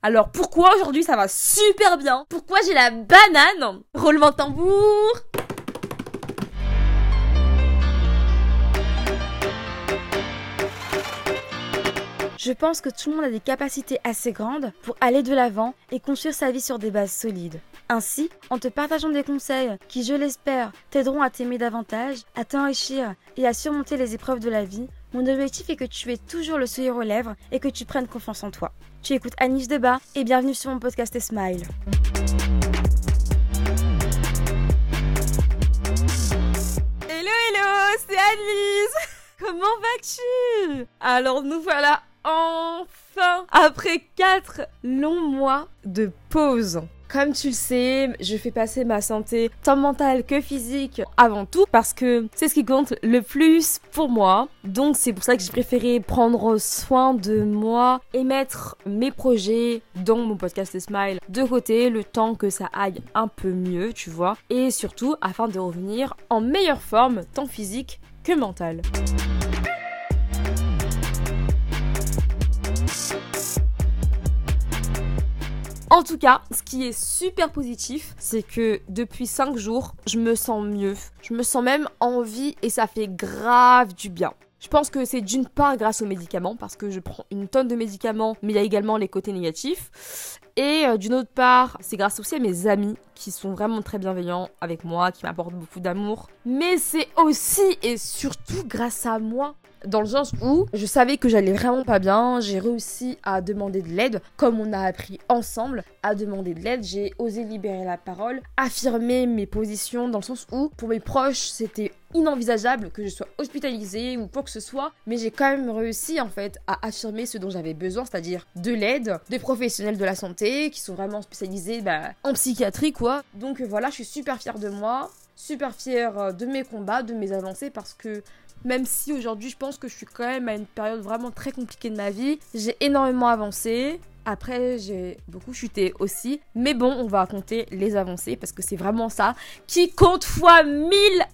Alors pourquoi aujourd'hui ça va super bien? Pourquoi j'ai la banane? Roulement de tambour. Je pense que tout le monde a des capacités assez grandes pour aller de l'avant et construire sa vie sur des bases solides. Ainsi, en te partageant des conseils qui, je l'espère, t'aideront à t'aimer davantage, à t'enrichir et à surmonter les épreuves de la vie, mon objectif est que tu aies toujours le sourire aux lèvres et que tu prennes confiance en toi. Tu écoutes Anish Deba et bienvenue sur mon podcast Smile. Hello, c'est Alice. Comment vas-tu? Alors nous voilà enfin après 4 longs mois de pause. Comme tu le sais, je fais passer ma santé tant mentale que physique avant tout parce que c'est ce qui compte le plus pour moi. Donc c'est pour ça que j'ai préféré prendre soin de moi et mettre mes projets dans mon podcast Smile de côté le temps que ça aille un peu mieux, tu vois. Et surtout afin de revenir en meilleure forme tant physique que mentale. En tout cas, ce qui est super positif, c'est que depuis 5 jours, je me sens mieux. Je me sens même en vie et ça fait grave du bien. Je pense que c'est d'une part grâce aux médicaments, parce que je prends une tonne de médicaments, mais il y a également les côtés négatifs. Et d'une autre part, c'est grâce aussi à mes amis qui sont vraiment très bienveillants avec moi, qui m'apportent beaucoup d'amour. Mais c'est aussi et surtout grâce à moi. Dans le sens où je savais que j'allais vraiment pas bien, j'ai réussi à demander de l'aide, comme on a appris ensemble à demander de l'aide, j'ai osé libérer la parole, affirmer mes positions dans le sens où pour mes proches c'était inenvisageable que je sois hospitalisée ou quoi que ce soit, mais j'ai quand même réussi en fait à affirmer ce dont j'avais besoin, c'est-à-dire de l'aide, des professionnels de la santé qui sont vraiment spécialisés en psychiatrie quoi. Donc voilà, je suis super fière de moi, super fière de mes combats, de mes avancées parce que même si aujourd'hui je pense que je suis quand même à une période vraiment très compliquée de ma vie, j'ai énormément avancé. Après j'ai beaucoup chuté aussi. Mais bon, on va compter les avancées parce que c'est vraiment ça qui compte fois 1000.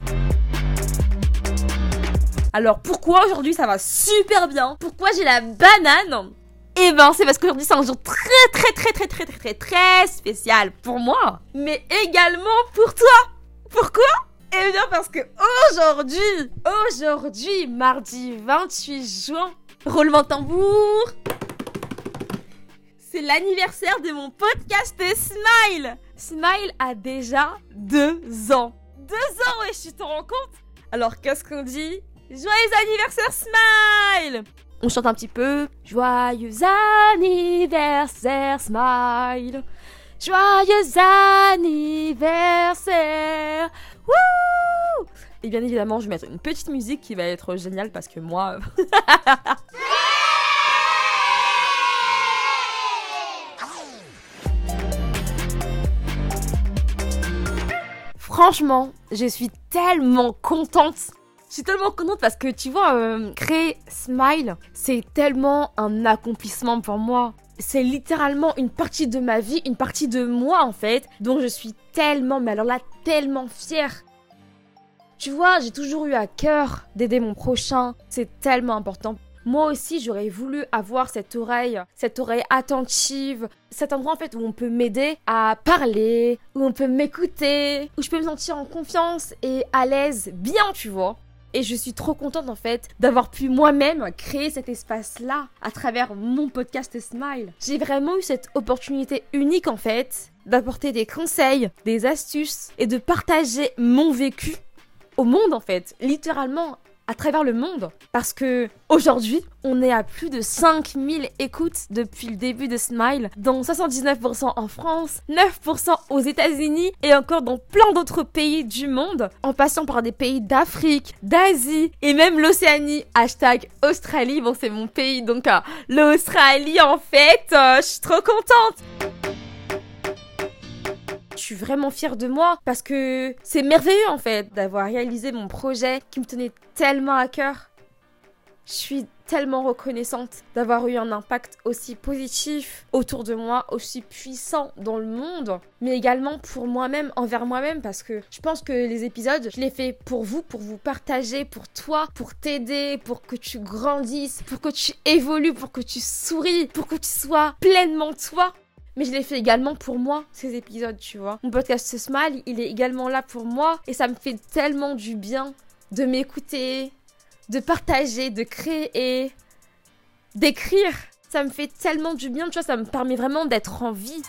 Alors pourquoi aujourd'hui ça va super bien? Pourquoi j'ai la banane? Eh ben c'est parce qu'aujourd'hui c'est un jour très spécial pour moi. Mais également pour toi. Pourquoi? Eh bien parce que aujourd'hui, mardi 28 juin, roulement de tambour, c'est l'anniversaire de mon podcast Smile. Smile a déjà 2 ans. 2 ans, ouais, tu t'en rends compte? Alors qu'est-ce qu'on dit? Joyeux anniversaire Smile! On chante un petit peu. Joyeux anniversaire Smile. Joyeux anniversaire. Wouh! Et bien évidemment, je vais mettre une petite musique qui va être géniale parce que moi... Franchement, je suis tellement contente. Je suis tellement contente parce que tu vois, créer Smile, c'est tellement un accomplissement pour moi. C'est littéralement une partie de ma vie, une partie de moi en fait. Donc je suis tellement, mais alors là, tellement fière. Tu vois, j'ai toujours eu à cœur d'aider mon prochain. C'est tellement important. Moi aussi, j'aurais voulu avoir cette oreille attentive, cet endroit en fait où on peut m'aider à parler, où on peut m'écouter, où je peux me sentir en confiance et à l'aise, bien, tu vois. Et je suis trop contente en fait d'avoir pu moi-même créer cet espace-là à travers mon podcast Smile. J'ai vraiment eu cette opportunité unique en fait d'apporter des conseils, des astuces et de partager mon vécu au monde en fait, littéralement à travers le monde. Parce que aujourd'hui, on est à plus de 5000 écoutes depuis le début de Smile, dont 79% en France, 9% aux États-Unis et encore dans plein d'autres pays du monde, en passant par des pays d'Afrique, d'Asie et même l'Océanie. #Australie, bon c'est mon pays donc l'Australie en fait, je suis trop contente. Je suis vraiment fière de moi parce que c'est merveilleux en fait d'avoir réalisé mon projet qui me tenait tellement à cœur. Je suis tellement reconnaissante d'avoir eu un impact aussi positif autour de moi, aussi puissant dans le monde, mais également pour moi-même, envers moi-même, parce que je pense que les épisodes, je les fais pour vous partager, pour toi, pour t'aider, pour que tu grandisses, pour que tu évolues, pour que tu souris, pour que tu sois pleinement toi. Mais je l'ai fait également pour moi, ces épisodes, tu vois. Mon podcast Smile, il est également là pour moi. Et ça me fait tellement du bien de m'écouter, de partager, de créer, d'écrire. Ça me fait tellement du bien, tu vois, ça me permet vraiment d'être en vie.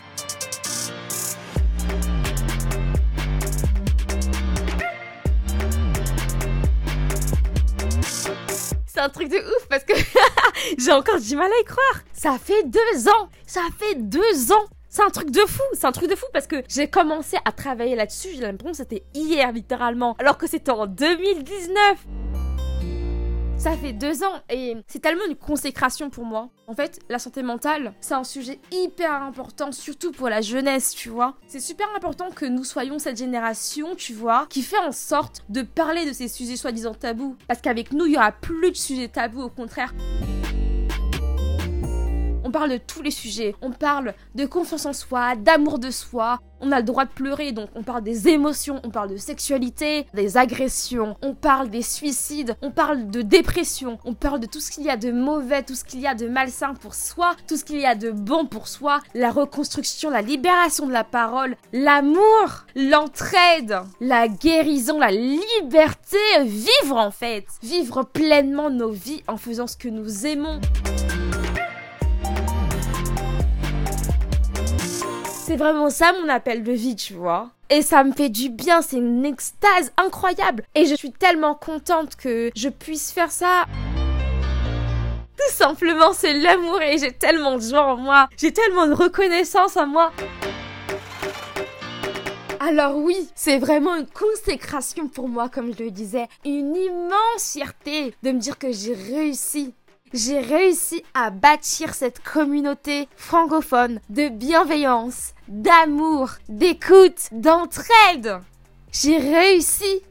C'est un truc de ouf parce que j'ai encore du mal à y croire. Ça fait 2 ans. Ça fait 2 ans. C'est un truc de fou. C'est un truc de fou parce que j'ai commencé à travailler là-dessus. J'ai l'impression que c'était hier littéralement. Alors que c'était en 2019. Ça fait 2 ans et c'est tellement une consécration pour moi. En fait, la santé mentale, c'est un sujet hyper important, surtout pour la jeunesse, tu vois. C'est super important que nous soyons cette génération, tu vois, qui fait en sorte de parler de ces sujets soi-disant tabous. Parce qu'avec nous, il n'y aura plus de sujets tabous, au contraire. On parle de tous les sujets. On parle de confiance en soi, d'amour de soi. On a le droit de pleurer, donc on parle des émotions, on parle de sexualité, des agressions, on parle des suicides, on parle de dépression, on parle de tout ce qu'il y a de mauvais, tout ce qu'il y a de malsain pour soi, tout ce qu'il y a de bon pour soi, la reconstruction, la libération de la parole, l'amour, l'entraide, la guérison, la liberté, vivre en fait. Vivre pleinement nos vies en faisant ce que nous aimons. C'est vraiment ça mon appel de vie, tu vois. Et ça me fait du bien, c'est une extase incroyable. Et je suis tellement contente que je puisse faire ça. Tout simplement, c'est l'amour et j'ai tellement de joie en moi. J'ai tellement de reconnaissance en moi. Alors oui, c'est vraiment une consécration pour moi, comme je le disais. Une immense fierté de me dire que j'ai réussi. J'ai réussi à bâtir cette communauté francophone de bienveillance, d'amour, d'écoute, d'entraide. J'ai réussi.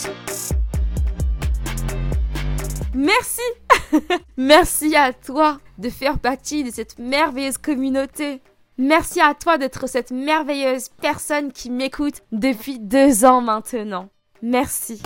Merci. Merci à toi de faire partie de cette merveilleuse communauté. Merci à toi d'être cette merveilleuse personne qui m'écoute depuis 2 ans maintenant. Merci.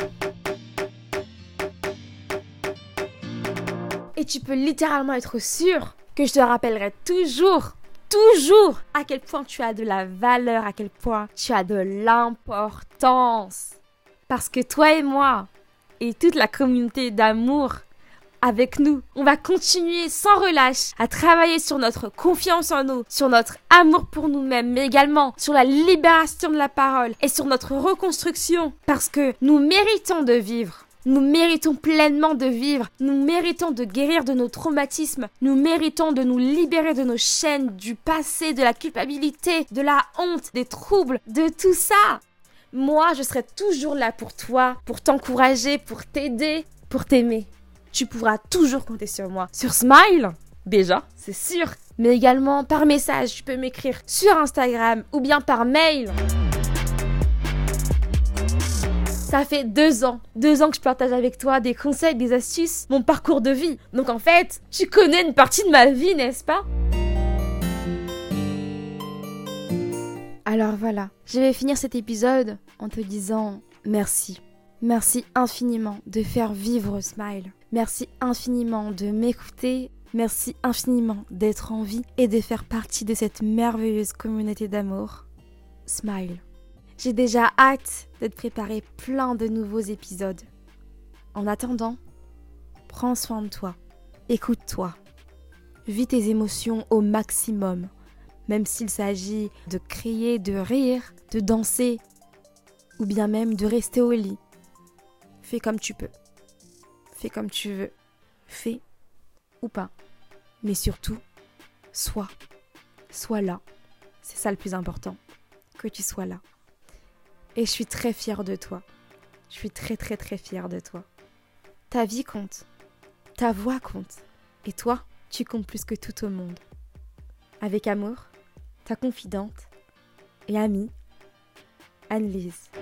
Et tu peux littéralement être sûr que je te rappellerai toujours à quel point tu as de la valeur, à quel point tu as de l'importance. Parce que toi et moi, et toute la communauté d'amour avec nous, on va continuer sans relâche à travailler sur notre confiance en nous, sur notre amour pour nous-mêmes, mais également sur la libération de la parole et sur notre reconstruction. Parce que nous méritons de vivre. Nous méritons pleinement de vivre, nous méritons de guérir de nos traumatismes, nous méritons de nous libérer de nos chaînes, du passé, de la culpabilité, de la honte, des troubles, de tout ça. Moi, je serai toujours là pour toi, pour t'encourager, pour t'aider, pour t'aimer. Tu pourras toujours compter sur moi. Sur Smile, déjà, c'est sûr, mais également par message, tu peux m'écrire sur Instagram ou bien par mail. Ça fait 2 ans que je partage avec toi des conseils, des astuces, mon parcours de vie. Donc en fait, tu connais une partie de ma vie, n'est-ce pas? Alors voilà, je vais finir cet épisode en te disant merci. Merci infiniment de faire vivre Smile. Merci infiniment de m'écouter. Merci infiniment d'être en vie et de faire partie de cette merveilleuse communauté d'amour. Smile. J'ai déjà hâte de te préparer plein de nouveaux épisodes. En attendant, prends soin de toi, écoute-toi, vis tes émotions au maximum, même s'il s'agit de crier, de rire, de danser, ou bien même de rester au lit. Fais comme tu peux, fais comme tu veux, fais ou pas, mais surtout, sois là, c'est ça le plus important, que tu sois là. Et je suis très fière de toi. Je suis très très très fière de toi. Ta vie compte. Ta voix compte. Et toi, tu comptes plus que tout au monde. Avec amour, ta confidente et amie, Anne-Lise.